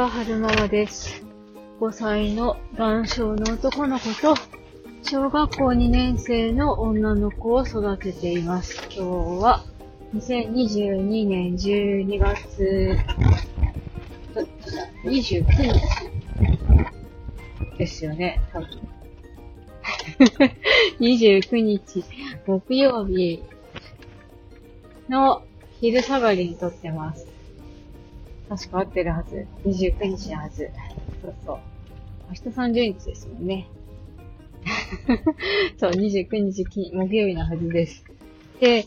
は、春ママです。5歳の男性の男の子と、小学校2年生の女の子を育てています。今日は、2022年12月29日ですよね、多分。29日、木曜日の昼下がりに撮ってます。確か合ってるはず。29日のはず。そうそう。明日30日ですもんね。そう、29日木曜日のはずです。で、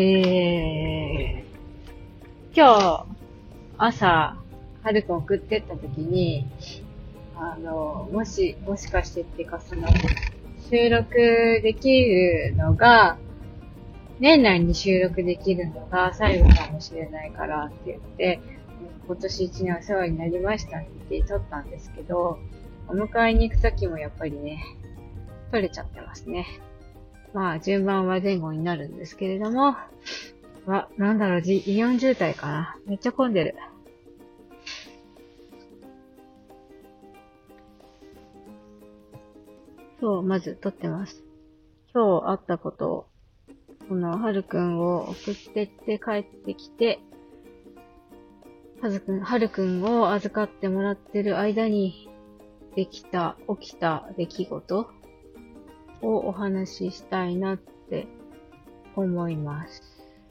今日、朝、はるくん送ってった時に、もしかしてっていうか、収録できるのが、年内に収録できるのが最後かもしれないからって言って、今年1年お世話になりましたって言って撮ったんですけど、お迎えに行く時もやっぱりね、撮れちゃってますね。まあ、順番は前後になるんですけれども、なんだろう、イオン渋滞かな。めっちゃ混んでる。そう、まず撮ってます。今日あったことを、はるくんを送ってって帰ってきて、はるくんを預かってもらってる間に起きた出来事をお話ししたいなって思います。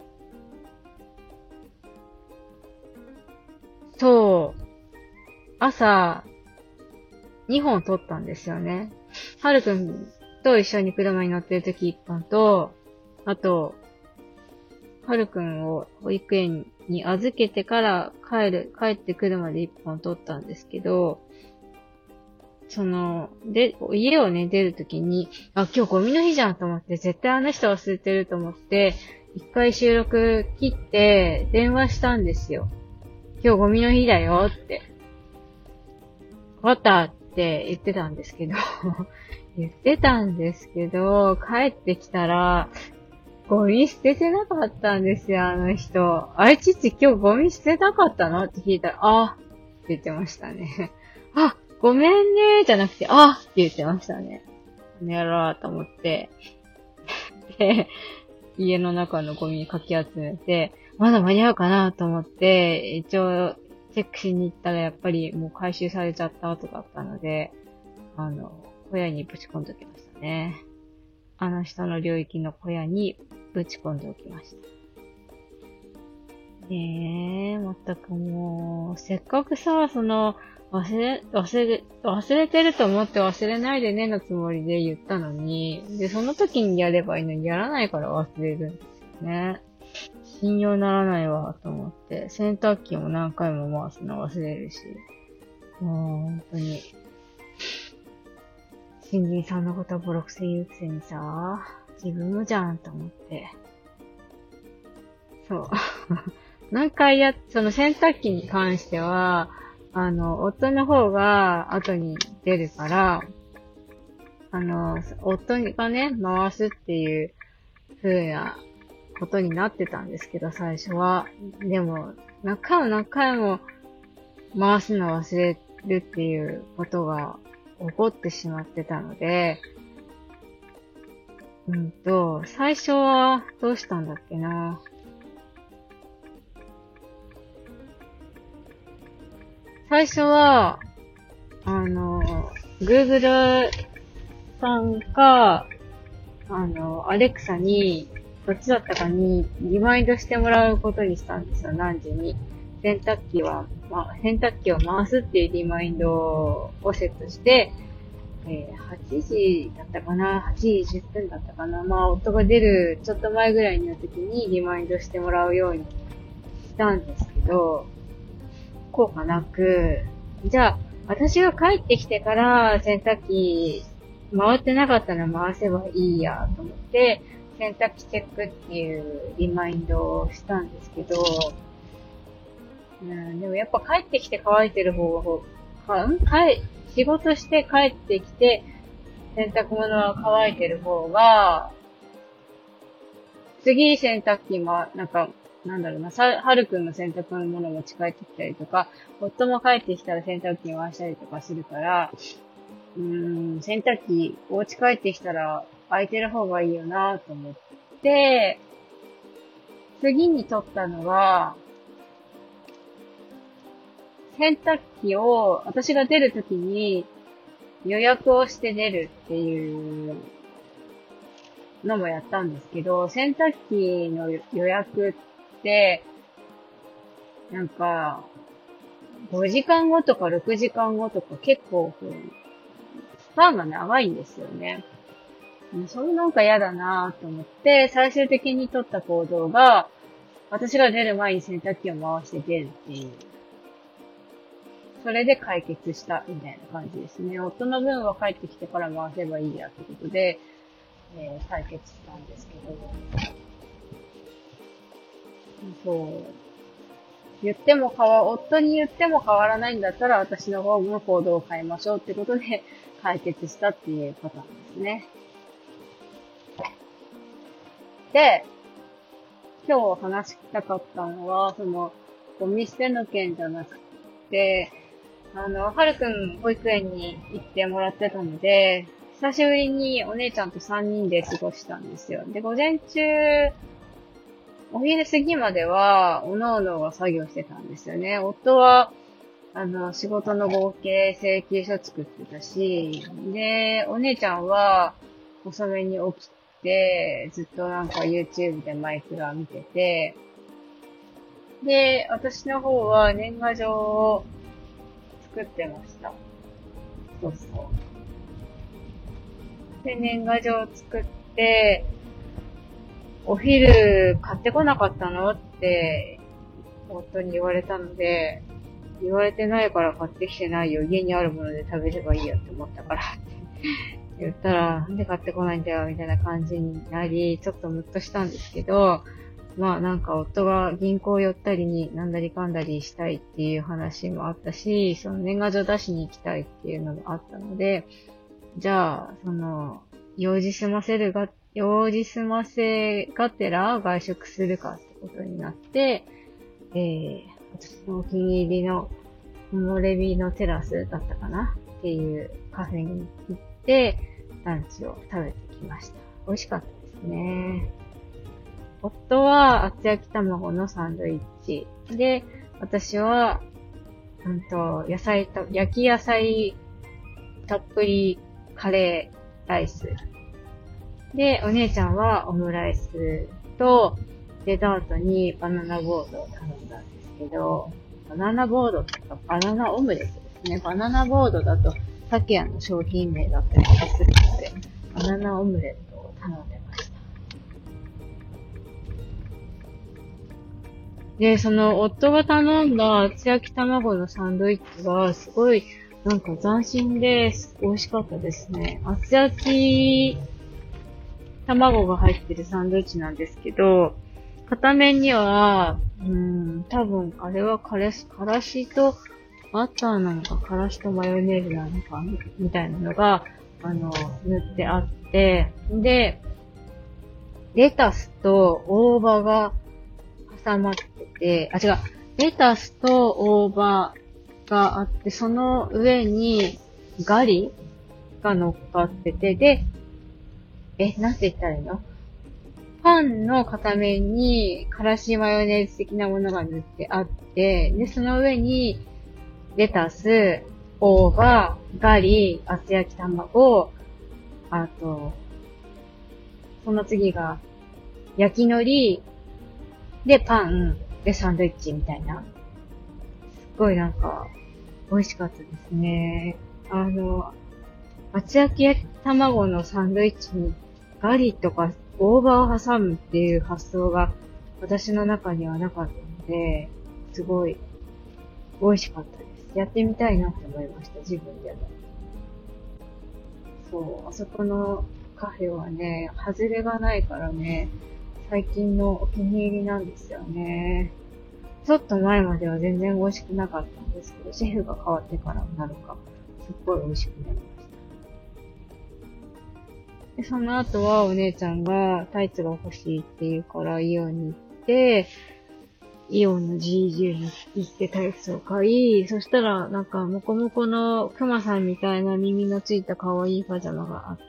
そう、朝2本撮ったんですよね。はるくんと一緒に車に乗ってる時1本と、あと、はるくんを保育園に預けてから帰ってくるまで1本撮ったんですけど、家をね、出るときに、今日ゴミの日じゃんと思って、絶対あの人忘れてると思って、一回収録切って電話したんですよ。今日ゴミの日だよって。わかったって言ってたんですけど、帰ってきたら、ゴミ捨ててなかったんですよ、あの人。あれ、父今日ゴミ捨てなかったのって聞いたら、って言ってましたね。ごめんねじゃなくて、って言ってましたね。やろうと思って。で、家の中のゴミかき集めて、まだ間に合うかなと思って、一応、チェックしに行ったらやっぱりもう回収されちゃった後だったので、小屋にぶち込んでおきましたね。あの人の領域の小屋にぶち込んでおきました。まったくもう、せっかくさ、忘れてると思って忘れないでねのつもりで言ったのに、で、その時にやればいいのにやらないから忘れるんですよね。信用ならないわ、と思って。洗濯機も何回も回すの忘れるし。もう、本当に。新人さんのことはボロクソ言うくせにさ、自分もじゃん、と思って。そう。その洗濯機に関しては、夫の方が後に出るから、夫がね、回すっていう風なことになってたんですけど、最初は。でも、何回も回すの忘れるっていうことが起こってしまってたので、最初はどうしたんだっけな。最初は、Google さんか、アレクサに、どっちだったかに、リマインドしてもらうことにしたんですよ、何時に。洗濯機を回すっていうリマインドをセットして、8時だったかな、8時10分だったかな、夫が出るちょっと前ぐらいの時にリマインドしてもらうようにしたんですけど、効果なく、じゃあ、私が帰ってきてから洗濯機回ってなかったら回せばいいやと思って、洗濯機チェックっていうリマインドをしたんですけど、でもやっぱ帰ってきて乾いてる方が、仕事して帰ってきて洗濯物が乾いてる方が、次洗濯機なんだろうな、はるくんの洗濯のもの持ち帰ってきたりとか、夫も帰ってきたら洗濯機回したりとかするから、洗濯機、お家帰ってきたら空いてる方がいいよなと思って、次に取ったのが、洗濯機を私が出るときに予約をして出るっていうのもやったんですけど、洗濯機の予約って、なんか、5時間後とか6時間後とか結構、スパンが長いんですよね。それなんか嫌だなと思って、最終的に取った行動が、私が出る前に洗濯機を回して出るっていう。それで解決したみたいな感じですね。夫の分は帰ってきてから回せばいいやってことで、解決したんですけど。そう。夫に言っても変わらないんだったら私の方も行動を変えましょうってことで解決したっていうパターンですね。で、今日話したかったのは、ゴミ捨ての件じゃなくて、はるくん保育園に行ってもらってたので、久しぶりにお姉ちゃんと3人で過ごしたんですよ。で、午前中、お昼過ぎまでは、おのおのが作業してたんですよね。夫は、仕事の合計請求書作ってたし、で、お姉ちゃんは、遅めに起きて、ずっとなんか YouTube でマイクラ見てて、で、私の方は年賀状を作ってました。そうそう。で、年賀状を作って、お昼買ってこなかったのって夫に言われたので、言われてないから買ってきてないよ。家にあるもので食べればいいよって思ったからって言ったら、なんで買ってこないんだよみたいな感じになり、ちょっとムッとしたんですけど、まあなんか夫が銀行寄ったりになんだりかんだりしたいっていう話もあったし、その年賀状出しに行きたいっていうのもあったので、じゃあ、用事済ませがてら外食するかってことになって、私のお気に入りの木漏れ日のテラスだったかなっていうカフェに行って、ランチを食べてきました。美味しかったですね。夫は厚焼き卵のサンドイッチ。で、私は、焼き野菜たっぷりカレーライス。で、お姉ちゃんはオムライスと、デザートにバナナボードを頼んだんですけど、バナナボードとかバナナオムレツですね。バナナボードだと、サケアの商品名だったりとかするので、バナナオムレツを頼んでました。で、その夫が頼んだ厚焼き卵のサンドイッチがすごいなんか斬新で美味しかったですね。厚焼き卵が入ってるサンドイッチなんですけど、片面には、多分あれはからしとバターなのか、からしとマヨネーズなのか、みたいなのが、塗ってあって、で、レタスと大葉が挟まってて、違う。レタスと大葉があって、その上にガリが乗っかってて、で、なんて言ったらいいの？パンの片面にからしマヨネーズ的なものが塗ってあって、で、その上にレタス、大葉、ガリ、厚焼き卵、あと、その次が焼き海苔、で、パン、で、サンドイッチみたいな。すっごいなんか、美味しかったですね。厚焼き卵のサンドイッチにガリとか大葉を挟むっていう発想が私の中にはなかったので、すごい美味しかったです。やってみたいなって思いました、自分でも。そう、あそこのカフェはね、外れがないからね、最近のお気に入りなんですよね。ちょっと前までは全然美味しくなかったんですけど、シェフが変わってからなのか、すっごい美味しくなりました。で、その後はお姉ちゃんがタイツが欲しいって言うからイオンに行って、 イオンの GG に行ってタイツを買い、そしたらなんかモコモコのクマさんみたいな耳のついた可愛いパジャマがあって、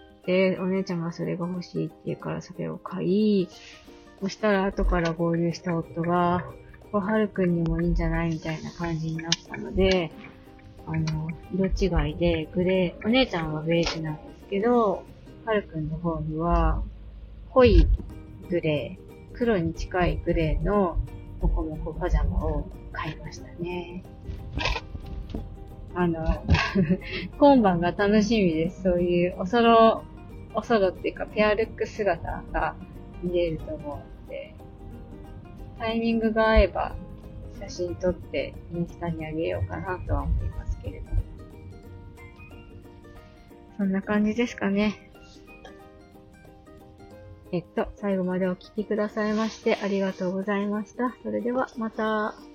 お姉ちゃんがそれが欲しいって言うからそれを買い、そしたら後から合流した夫が、これはるくんにもいいんじゃないみたいな感じになったので、色違いでグレー、お姉ちゃんはベージュなんですけど、はるくんの方には濃いグレー、黒に近いグレーのモコモコパジャマを買いましたね。今晩が楽しみです。そういうおそろっていうかペアルック姿が見れると思うので、タイミングが合えば写真撮ってインスタにあげようかなとは思いますけれども。そんな感じですかね。最後までお聞きくださいましてありがとうございました。それではまた。